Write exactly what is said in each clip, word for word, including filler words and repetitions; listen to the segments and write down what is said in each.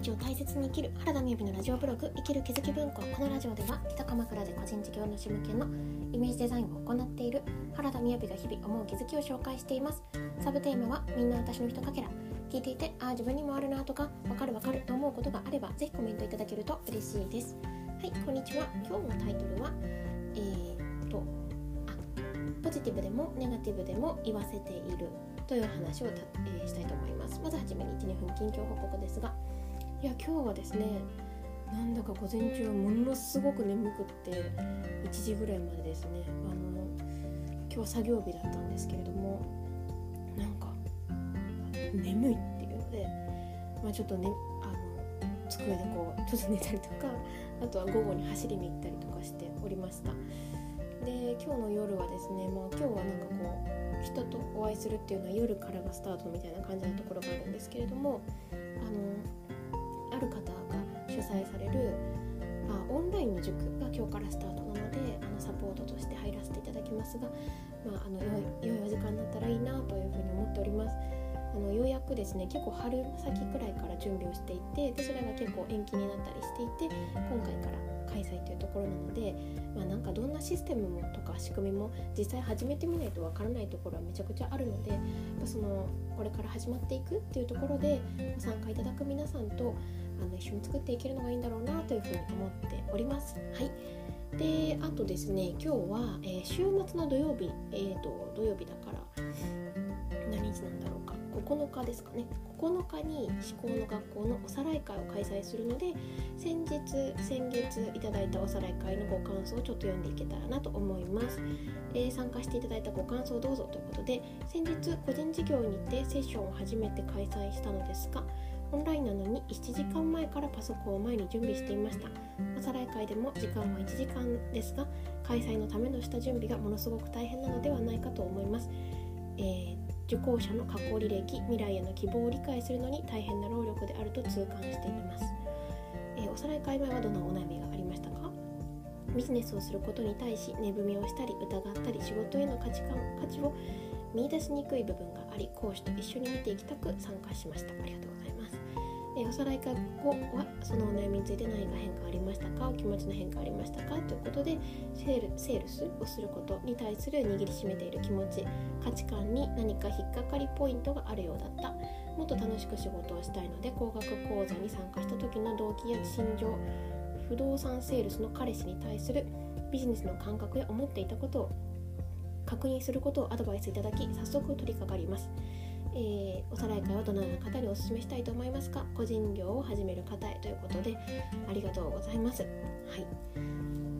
日を大切に生きる原田美由のラジオブログ生きる気づき文庫。このラジオでは北鎌倉で個人事業主向けのイメージデザインを行っている原田美由が日々思う気づきを紹介しています。サブテーマはみんな私の一かけら。聞いていてああ自分にもあるなとかわかるわかると思うことがあればぜひコメントいただけると嬉しいです。はい、こんにちは。今日のタイトルはえー、っとあポジティブでもネガティブでも言わせているという話をた、えー、したいと思います。まずはじめに いちにふん近況報告ですが、いや今日はですね、なんだか午前中はものすごく眠くっていちじぐらいまでですね、あの今日は作業日だったんですけれども、なんか眠いっていうので、まあ、ちょっとねあの机でこうちょっと寝たりとか、あとは午後に走りに行ったりとかしておりました。で今日の夜はですね、まあ、今日はなんかこう人とお会いするっていうのは夜からがスタートみたいな感じのところがあるんですけれども、あのある方が主催されるあオンラインの塾が今日からスタートなので、あのサポートとして入らせていただきますが、まあ、あの良い、良いお時間になったらいいなというふうに思っております。あのようやくですね、結構春先くらいから準備をしていて、でそれが結構延期になったりしていて、今回から開催というところなので、まあ、なんかどんなシステムもとか仕組みも実際始めてみないとわからないところはめちゃくちゃあるので、やっぱそのこれから始まっていくっていうところでご参加いただく皆さんとあの一緒に作っていけるのがいいんだろうなというふうに思っております。はい。であとですね、今日は、えー、週末の土曜日、えーと土曜日だから何日なんだろうか、ここのかですかね。ここのかに思考の学校のおさらい会を開催するので、先日先月いただいたおさらい会のご感想をちょっと読んでいけたらなと思います。えー、参加していただいたご感想をどうぞということで、先日個人事業にてセッションを初めて開催したのですが、オンラインなのにいちじかんまえからパソコンを前に準備していました。おさらい会でも時間はいちじかんですが、開催のための下準備がものすごく大変なのではないかと思います。えー受講者の過去履歴、未来への希望を理解するのに大変な労力であると痛感しています。えー、おさらい会前はどんなお悩みがありましたか？ビジネスをすることに対し値踏みをしたり疑ったり、仕事への価値観、価値を見出しにくい部分があり、講師と一緒に見ていきたく参加しました。ありがとうございます。えー、おさらい会後はそのお悩みについて何か変化ありましたか？お気持ちの変化ありましたか？ということで、セール、セールスをすることに対する握りしめている気持ち、価値観に何か引っかかりポイントがあるようだった。もっと楽しく仕事をしたいので高額講座に参加した時の動機や心情、不動産セールスの彼氏に対するビジネスの感覚や思っていたことを確認することをアドバイスいただき、早速取り掛かります。えー、おさらい会はどのような方にお勧めしたいと思いますか？個人業を始める方へということで、ありがとうございます。はい。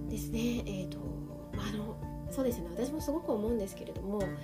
ですね、えーと、あの、そうですね、私もすごく思うんですけれども、あの、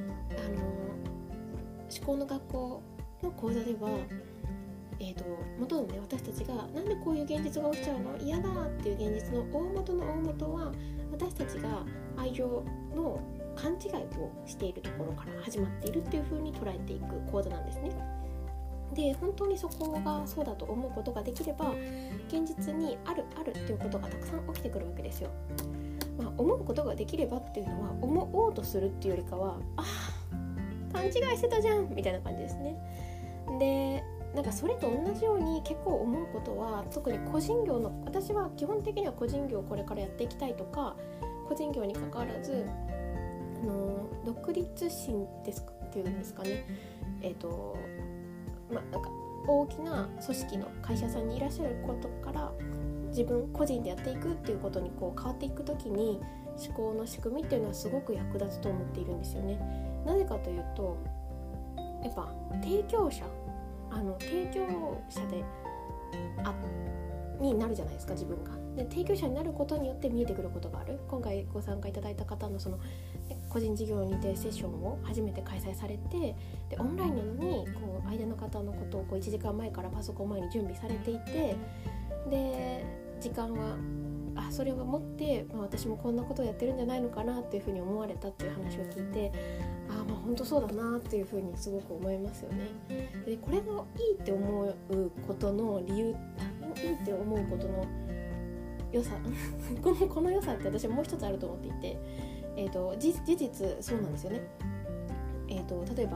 思考の学校の講座では、えーと、元のね、私たちがなんでこういう現実が起きちゃうの？嫌だっていう現実の大元の大元は、私たちが愛情の勘違いをしているところから始まっているっていう風に捉えていく講座なんですね。で、本当にそこがそうだと思うことができれば、現実にあるあるっていうことがたくさん起きてくるわけですよ。まあ、思うことができればっていうのは、思おうとするっていうよりかは、ああ勘違いしてたじゃんみたいな感じですね。で、なんかそれと同じように結構思うことは、特に個人業の、私は基本的には個人業をこれからやっていきたいとか、個人業に関わらずあの独立心ですっていうんですかね、えっとまあなんか大きな組織の会社さんにいらっしゃることから自分個人でやっていくっていうことにこう変わっていくときに、思考の仕組みっていうのはすごく役立つと思っているんですよね。なぜかというと、やっぱ提供者あの提供者であになるじゃないですか、自分が。で、提供者になることによって見えてくることがある。今回ご参加いただいた方のその個人事業にてセッションを初めて開催されて、でオンラインなのにこう相手の方のことをこういちじかんまえからパソコン前に準備されていて、で時間はあそれを持って、まあ、私もこんなことをやってるんじゃないのかなっていうふうに思われたっていう話を聞いて、あまあ本当そうだなっていうふうにすごく思いますよね。でこれがいいって思うことの理由、いいって思うことの良さこのこの良さって私はもう一つあると思っていて、えーと、事, 事実そうなんですよね。えーと、例えば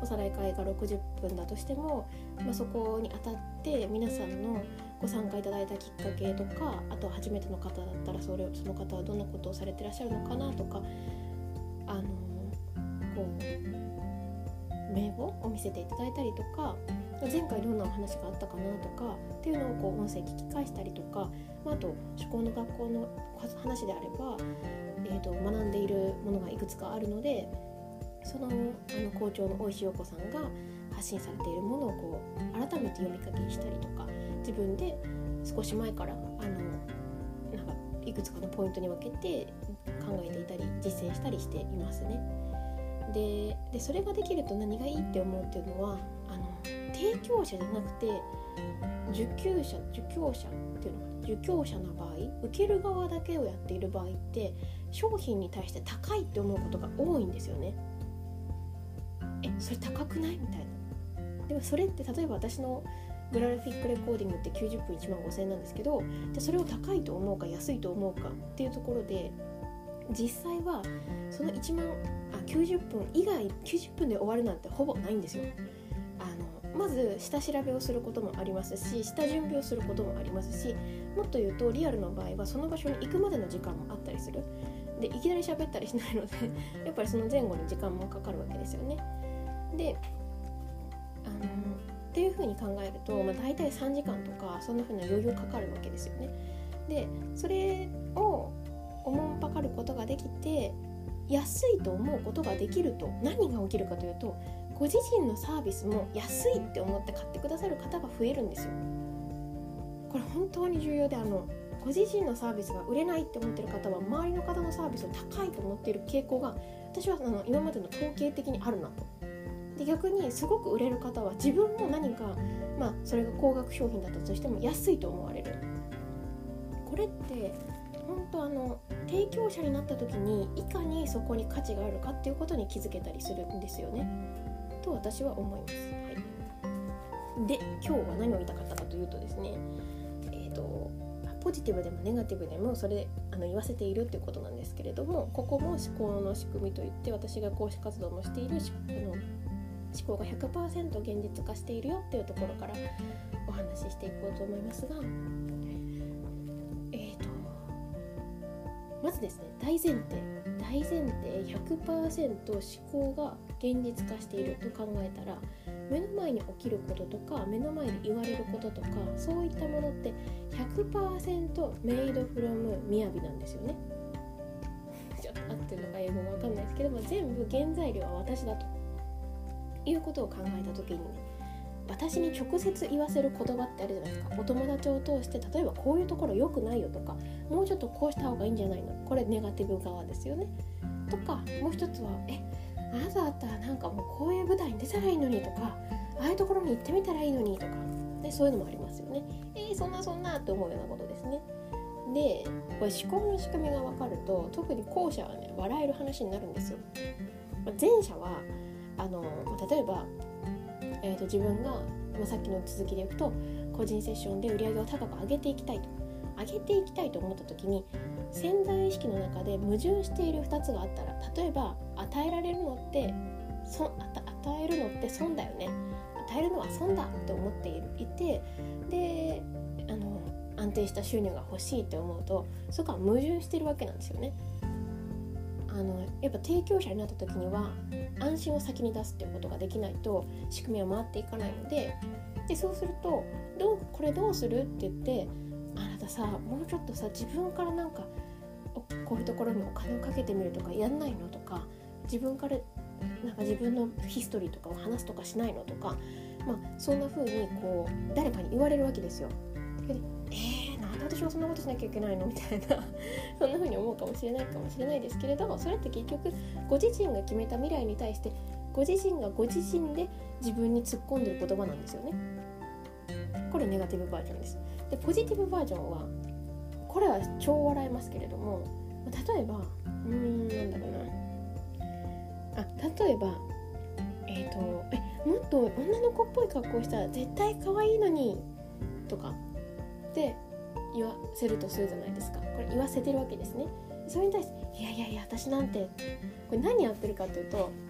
おさらい会がろくじゅっぷんだとしても、まあ、そこにあたって皆さんのご参加いただいたきっかけとか、あとは初めての方だったらそれその方はどんなことをされてらっしゃるのかなとか、あのこう名簿を見せていただいたりとか、前回どんなお話があったかなとかっていうのをこう音声聞き返したりとか、まあ、あと思考の学校の話であれば、えーと、学んでいるものがいくつかあるので、その、あの校長の大石陽子さんが発信されているものをこう改めて読み書きしたりとか、自分で少し前からあのなんかいくつかのポイントに分けて考えていたり実践したりしていますね。で、でそれができると何がいいって思うっていうのは、あの提供者じゃなくて受給者受講者っていうのかな、受講者の場合、受ける側だけをやっている場合って商品に対して高いって思うことが多いんですよね。え、それ高くないみたいな。でもそれって例えば私のグラフィックレコーディングってきゅうじゅっぷんいちまんごせんえんなんですけど、じゃそれを高いと思うか安いと思うかっていうところで、実際はそのいちまんあきゅうじゅっぷん以外きゅうじゅっぷんで終わるなんてほぼないんですよ。あのまず下調べをすることもありますし、下準備をすることもありますし、もっと言うとリアルの場合はその場所に行くまでの時間もあったりする。で、いきなり喋ったりしないのでやっぱりその前後に時間もかかるわけですよね。で、あのっていう風に考えると、まあ、大体さんじかんとかそんな風な余裕かかるわけですよね。で、それをおもんぱかることができて安いと思うことができると、何が起きるかというと、ご自身のサービスも安いって思って買ってくださる方が増えるんですよ。これ本当に重要で、あのご自身のサービスが売れないって思ってる方は周りの方のサービスを高いと思っている傾向が、私はあの今までの統計的にあるなと。で、逆にすごく売れる方は自分も何か、まあそれが高額商品だったとしても安いと思われる。これって本当あの提供者になった時にいかにそこに価値があるかっていうことに気づけたりするんですよねと私は思います。はい、で、今日は何を言いたかったかというとですね、えーとポジティブでもネガティブでもそれあの言わせているっていうことなんですけれども、ここも思考の仕組みといって、私が講師活動もしている思考の思考が ひゃくパーセント 現実化しているよっていうところからお話ししていこうと思いますが、えーとまずですね、大前提大前提 ひゃくパーセント 思考が現実化していると考えたら、目の前に起きることとか目の前で言われることとか、そういったものって ひゃくパーセント made from みやびなんですよね。ちょっと合ってるのか英語が分かんないですけども、全部原材料は私だということを考えた時にね、私に直接言わせる言葉ってあるじゃないですか。お友達を通して、例えばこういうところ良くないよとか、もうちょっとこうした方がいいんじゃないの、これネガティブ側ですよね。とか、もう一つはえあなただったらなんかもうこういう舞台に出たらいいのにとか、ああいうところに行ってみたらいいのにとか、でそういうのもありますよね。えー、そんなそんなって思うようなことですね。で、これ思考の仕組みが分かると、特に後者はね、笑える話になるんですよ。前者はあの例えばえー、と自分が、まあ、さっきの続きでいくと、個人セッションで売り上げを高く上げていきたいと上げていきたいと思った時に、潜在意識の中で矛盾しているふたつがあったら、例えば与えられるのってそ与えるのって損だよね、与えるのは損だって思っていて、であの安定した収入が欲しいって思うと、そこは矛盾しているわけなんですよね。あのやっぱ提供者になった時には安心を先に出すっていうことができないと仕組みは回っていかないので、でそうするとどうこれどうするって言って、あなたさもうちょっとさ自分からなんかこういうところにお金をかけてみるとかやんないのとか、自分からなんか自分のヒストリーとかを話すとかしないのとか、まあそんな風にこう誰かに言われるわけですよ。でえー、なんで私はそんなことしなきゃいけないのみたいなそんな風に思うかもしれないかもしれないですけれど、それって結局ご自身が決めた未来に対してご自身がご自身で自分に突っ込んでる言葉なんですよね。これネガティブバージョンです。でポジティブバージョンはこれは超笑えますけれども、例えばうーんなんだろうなあ例えばえっ、ー、とえもっと女の子っぽい格好したら絶対可愛いのにとかって言わせるとするじゃないですか。これ言わせてるわけですね。それに対していやいやいや私なんて、これ何やってるかというと、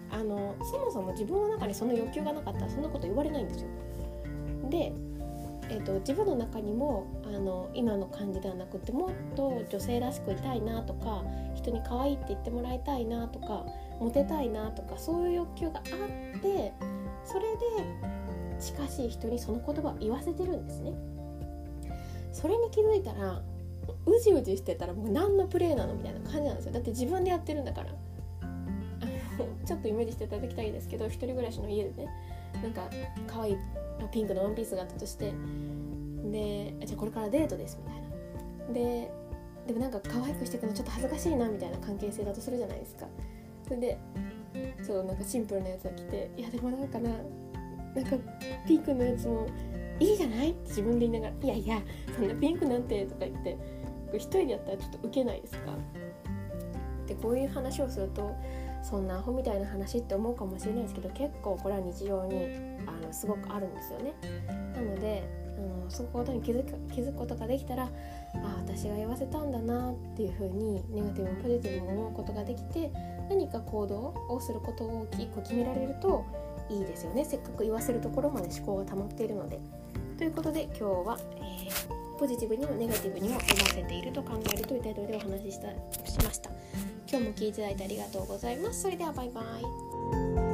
あのそもそも自分の中にその欲求がなかったらそんなこと言われないんですよ。で、えーと、自分の中にもあの今の感じではなくて、もっと女性らしくいたいなとか、人に可愛いって言ってもらいたいなとか、モテたいなとか、そういう欲求があって、それで近しい人にその言葉を言わせてるんですね。それに気づいたらうじうじしてたらもう何のプレイなのみたいな感じなんですよ。だって自分でやってるんだから。ちょっとイメージしていただきたいですけど、一人暮らしの家でね、なんか可愛いピンクのワンピースがあったとして、でじゃあこれからデートですみたいな、ででもなんか可愛くしていくのちょっと恥ずかしいなみたいな関係性だとするじゃないですか。それでそうなんかシンプルなやつが来て、いやでもなんかななんかピンクのやつもいいじゃないって自分で言いながら、いやいやそんなピンクなんてとか言って、一人でやったらちょっとウケないですか。でこういう話をすると、そんなアホみたいな話って思うかもしれないですけど、結構これは日常にあのすごくあるんですよね。なのであのそういうことに気づく、気づくことができたら、あ私が言わせたんだなっていう風にネガティブもポジティブも思うことができて、何か行動をすることを一個決められるといいですよね。せっかく言わせるところまで思考が保っているので。ということで今日は、えー、ポジティブにもネガティブにも言わせていると考えるというタイトルでお話ししたしました。今日も聞いていただいてありがとうございます。それではバイバイ。